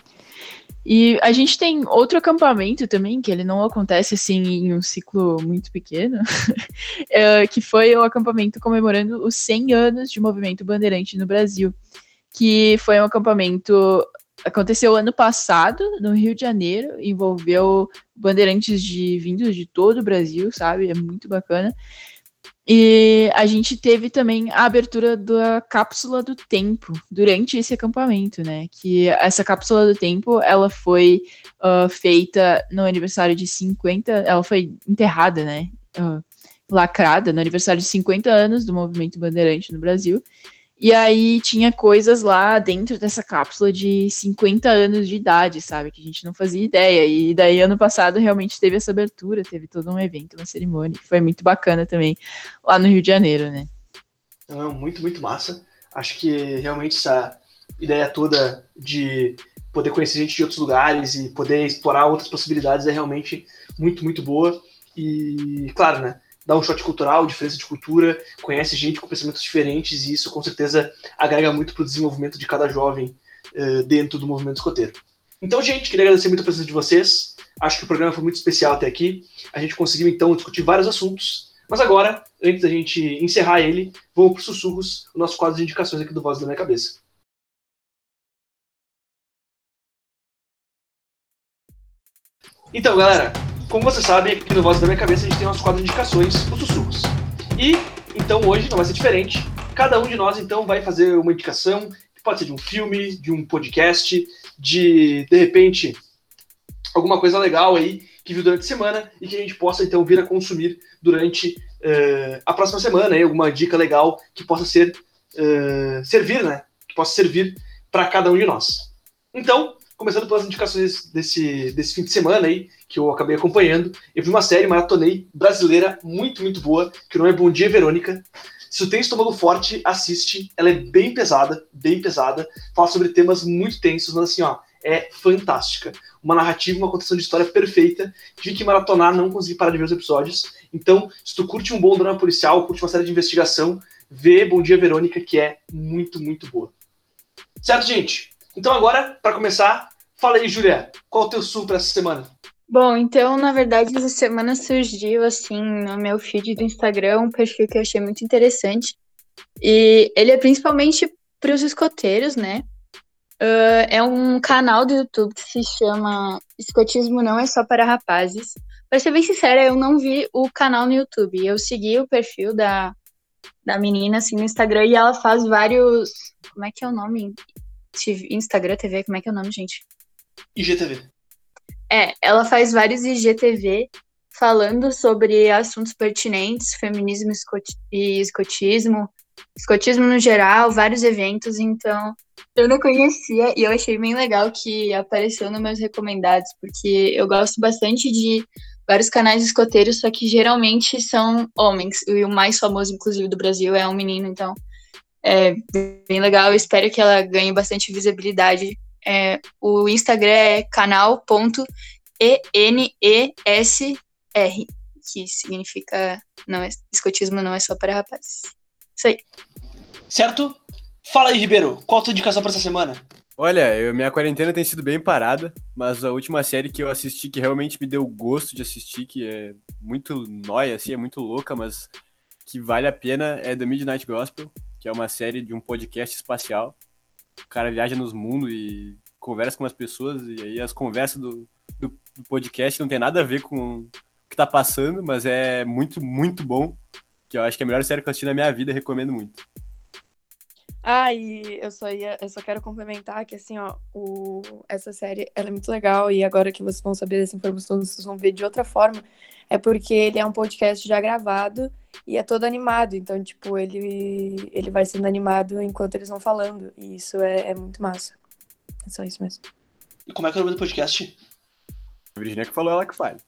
E a gente tem outro acampamento também, que ele não acontece assim em um ciclo muito pequeno, que foi o acampamento comemorando os 100 anos de Movimento Bandeirante no Brasil, que foi um acampamento, aconteceu ano passado, no Rio de Janeiro, envolveu bandeirantes vindos de todo o Brasil, sabe? É muito bacana. E a gente teve também a abertura da Cápsula do Tempo durante esse acampamento, né? Que essa Cápsula do Tempo, ela foi feita no aniversário de 50, ela foi enterrada, né? Lacrada no aniversário de 50 anos do Movimento Bandeirante no Brasil. E aí tinha coisas lá dentro dessa cápsula de 50 anos de idade, sabe? Que a gente não fazia ideia. E daí, ano passado, realmente teve essa abertura, teve todo um evento, uma cerimônia, que foi muito bacana também, lá no Rio de Janeiro, né? Não, muito, muito massa. Acho que realmente essa ideia toda de poder conhecer gente de outros lugares e poder explorar outras possibilidades é realmente muito, muito boa. E, claro, né? Dá um choque cultural, diferença de cultura, conhece gente com pensamentos diferentes e isso com certeza agrega muito para o desenvolvimento de cada jovem dentro do movimento escoteiro. Então, gente, queria agradecer muito a presença de vocês. Acho que o programa foi muito especial até aqui. A gente conseguiu, então, discutir vários assuntos. Mas agora, antes da gente encerrar ele, vamos para os sussurros, o nosso quadro de indicações aqui do Voz da Minha Cabeça. Então, galera, como você sabe, aqui no Voz da Minha Cabeça a gente tem umas 4 indicações, os sussurros. E, então, hoje não vai ser diferente. Cada um de nós, então, vai fazer uma indicação, que pode ser de um filme, de um podcast, de repente, alguma coisa legal aí que viu durante a semana e que a gente possa, então, vir a consumir durante a próxima semana, aí, alguma dica legal que possa servir, né? Que possa servir para cada um de nós. Então, começando pelas indicações desse fim de semana aí, que eu acabei acompanhando, eu vi uma série, maratonei, brasileira, muito, muito boa, que o nome é Bom Dia, Verônica. Se tu tem estômago forte, assiste. Ela é bem pesada, fala sobre temas muito tensos, mas assim, ó, é fantástica. Uma narrativa, uma contação de história perfeita. Tive que maratonar, não consegui parar de ver os episódios. Então, se tu curte um bom drama policial, curte uma série de investigação, vê Bom Dia, Verônica, que é muito, muito boa. Certo, gente? Então agora, para começar, fala aí, Júlia, qual o teu sul para essa semana? Bom, então, na verdade, essa semana surgiu, assim, no meu feed do Instagram, um perfil que eu achei muito interessante. E ele é principalmente para os escoteiros, né? É um canal do YouTube que se chama Escotismo Não É Só Para Rapazes. Pra ser bem sincera, eu não vi o canal no YouTube. Eu segui o perfil da menina, assim, no Instagram, e ela faz vários... Como é que é o nome? Instagram TV, como é que é o nome, gente? IGTV. Ela faz vários IGTV falando sobre assuntos pertinentes, feminismo e escotismo no geral, vários eventos. Então, eu não conhecia e eu achei bem legal que apareceu nos meus recomendados, porque eu gosto bastante de vários canais escoteiros, só que geralmente são homens, e o mais famoso, inclusive, do Brasil é um menino, então é bem legal. Eu espero que ela ganhe bastante visibilidade. O Instagram é canal.ENESR, que significa escotismo não é só para rapazes. Isso aí. Certo? Fala aí, Ribeiro, qual a tua indicação para essa semana? Olha, minha quarentena tem sido bem parada, mas a última série que eu assisti que realmente me deu gosto de assistir, que é muito nóia, assim, é muito louca, mas que vale a pena, é The Midnight Gospel, que é uma série de um podcast espacial. O cara viaja nos mundos e conversa com as pessoas, e aí as conversas do podcast não tem nada a ver com o que tá passando, mas é muito, muito bom, que eu acho que é a melhor série que eu assisti na minha vida, recomendo muito. E eu só quero complementar que, assim, ó, essa série, ela é muito legal, e agora que vocês vão saber dessa informação, vocês vão ver de outra forma, é porque ele é um podcast já gravado e é todo animado, então, tipo, ele vai sendo animado enquanto eles vão falando, e isso é muito massa. É só isso mesmo. E como é que é o nome do podcast? A Virginia que falou, ela que fale.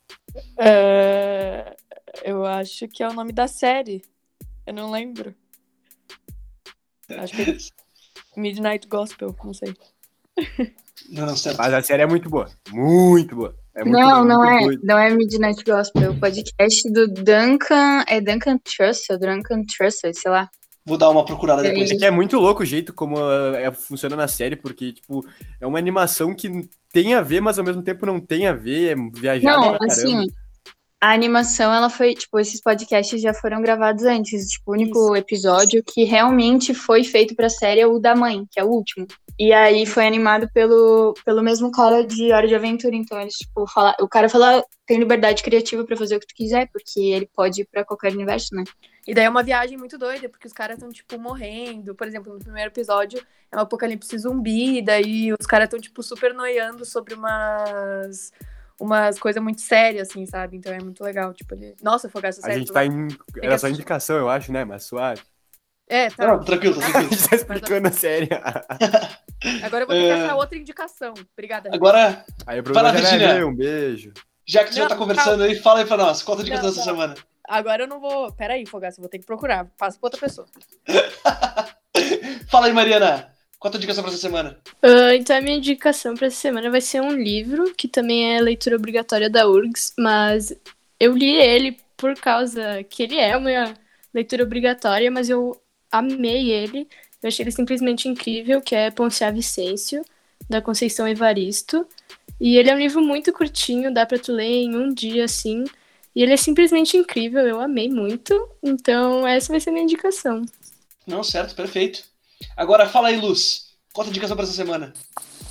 Eu acho que é o nome da série. Eu não lembro. Acho que é Midnight Gospel, não sei. Não, certo. Mas a série é muito boa. Muito boa. Não é Midnight Gospel. É o podcast do Duncan. É Duncan Trussell, sei lá. Vou dar uma procurada depois. É que é muito louco o jeito como funciona na série, porque, tipo, é uma animação que tem a ver, mas ao mesmo tempo não tem a ver, é viajado pra caramba. Assim, a animação, ela foi, tipo, esses podcasts já foram gravados antes, tipo, o único episódio que realmente foi feito pra série é o da mãe, que é o último. E aí foi animado pelo mesmo cara de Hora de Aventura, então eles, tipo, o cara fala, tem liberdade criativa pra fazer o que tu quiser, porque ele pode ir pra qualquer universo, né? E daí é uma viagem muito doida, porque os caras estão, tipo, morrendo. Por exemplo, no primeiro episódio é um apocalipse zumbi, daí os caras estão, tipo, super noiando sobre umas coisas muito sérias, assim, sabe? Então é muito legal, tipo, Nossa, Fogaça, sério. A gente tá Era só indicação, eu acho, né? Mas suave. Tá. Não, tranquilo. A gente tá explicando a série. Agora eu vou ter que achar outra indicação. Obrigada. Agora, aí, Bruno, Virginia, um beijo. Já que você já tá conversando aí, fala aí pra nós. Qual a tua indicação dessa semana? Agora eu não vou... Pera aí, Fogaça, eu vou ter que procurar. Passa pra outra pessoa. Fala aí, Mariana. Qual a tua indicação pra essa semana? Então a minha indicação pra essa semana vai ser um livro, que também é leitura obrigatória da URGS, mas eu li ele por causa que ele é uma leitura obrigatória, mas eu amei ele. Eu achei ele simplesmente incrível, que é Poncia Vicêncio, da Conceição Evaristo. E ele é um livro muito curtinho, dá pra tu ler em um dia, assim. E ele é simplesmente incrível, eu amei muito. Então essa vai ser a minha indicação. Não, certo, perfeito. Agora fala aí, Luz. Qual a tua indicação pra essa semana?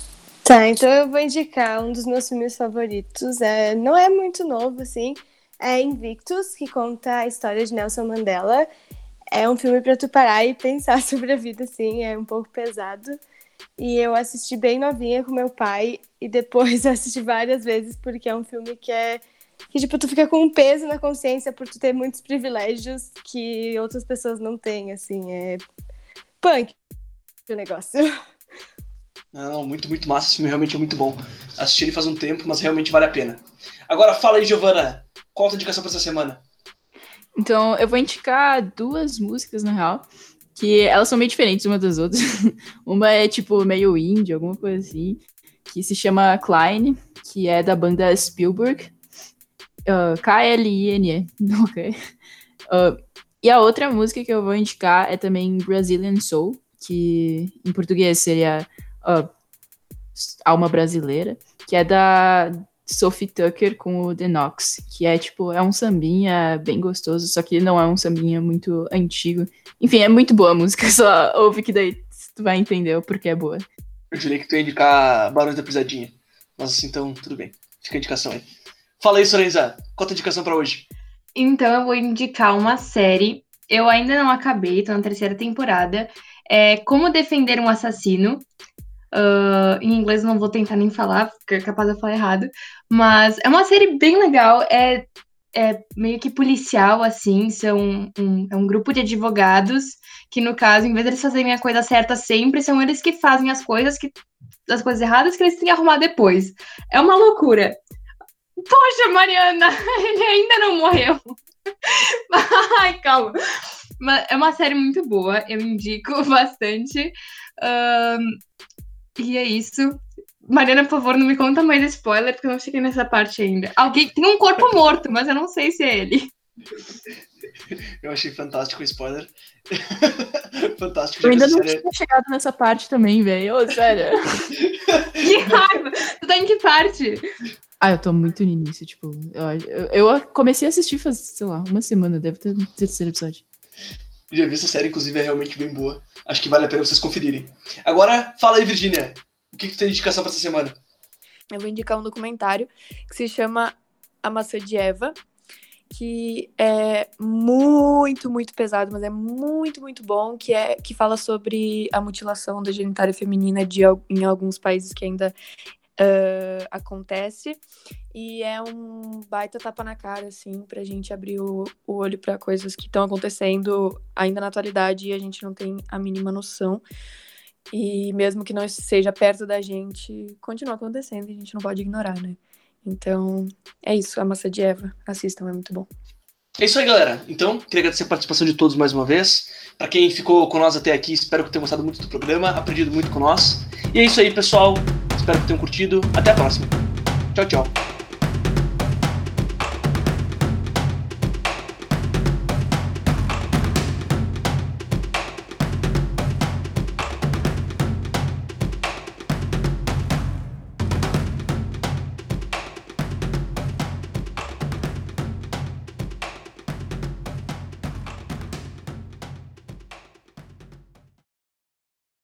Tá, então eu vou indicar um dos meus filmes favoritos. Não é muito novo, assim. É Invictus, que conta a história de Nelson Mandela. É um filme pra tu parar e pensar sobre a vida, assim. É um pouco pesado. E eu assisti bem novinha com meu pai. E depois assisti várias vezes, porque é um filme que tipo, tu fica com um peso na consciência por tu ter muitos privilégios que outras pessoas não têm, assim. É punk o negócio. Não, muito, muito massa. Esse filme realmente é muito bom. Assisti ele faz um tempo, mas realmente vale a pena. Agora fala aí, Giovana. Qual a tua indicação pra essa semana? Então, eu vou indicar 2 músicas, na real, que elas são meio diferentes uma das outras. Uma é, tipo, meio indie, alguma coisa assim, que se chama Klein, que é da banda Spielberg. K-L-I-N-E. Ok. E a outra música que eu vou indicar é também Brazilian Soul, que em português seria Alma Brasileira, que é da Sophie Tucker com o The Knox, que é tipo, é um sambinha bem gostoso, só que não é um sambinha muito antigo. Enfim, é muito boa a música, só ouve que daí tu vai entender o porquê é boa. Eu diria que tu ia indicar Barões da Pisadinha, mas assim, então, tudo bem. Fica a indicação aí. Fala aí, Sorenza, qual a tua indicação pra hoje? Então eu vou indicar uma série. Eu ainda não acabei, tô na 3ª temporada. É Como Defender um Assassino. Em inglês eu não vou tentar nem falar, porque é capaz de eu falar errado. Mas é uma série bem legal. É meio que policial, assim. É um grupo de advogados que, no caso, em vez de eles fazerem a coisa certa sempre, são eles que fazem as coisas erradas que eles têm que arrumar depois. É uma loucura. Poxa, Mariana, ele ainda não morreu. Ai, calma. Mas é uma série muito boa, eu indico bastante. E é isso. Mariana, por favor, não me conta mais spoiler, porque eu não cheguei nessa parte ainda. Alguém tem um corpo morto, mas eu não sei se é ele. Eu achei fantástico o spoiler. Fantástico. Eu ainda não tinha chegado nessa parte também, velho. Ô, sério. Que raiva! Tu tá em que parte? Eu tô muito no início, tipo... Eu comecei a assistir faz, sei lá, uma semana, deve ter no 3º episódio. Já vi essa série, inclusive, é realmente bem boa. Acho que vale a pena vocês conferirem. Agora, fala aí, Virgínia. O que tu tem de indicação pra essa semana? Eu vou indicar um documentário que se chama A Maçã de Eva, que é muito, muito pesado, mas é muito, muito bom, que fala sobre a mutilação da genitália feminina em alguns países que ainda acontece, e é um baita tapa na cara, assim, pra gente abrir o olho pra coisas que estão acontecendo ainda na atualidade e a gente não tem a mínima noção, e mesmo que não seja perto da gente, continua acontecendo e a gente não pode ignorar, né? Então, é isso, A Maçã de Eva, assistam, é muito bom. É isso aí, galera. Então, queria agradecer a participação de todos mais uma vez. Pra quem ficou com nós até aqui, espero que tenham gostado muito do programa, aprendido muito com nós. E é isso aí, pessoal. Espero que tenham curtido. Até a próxima. Tchau, tchau.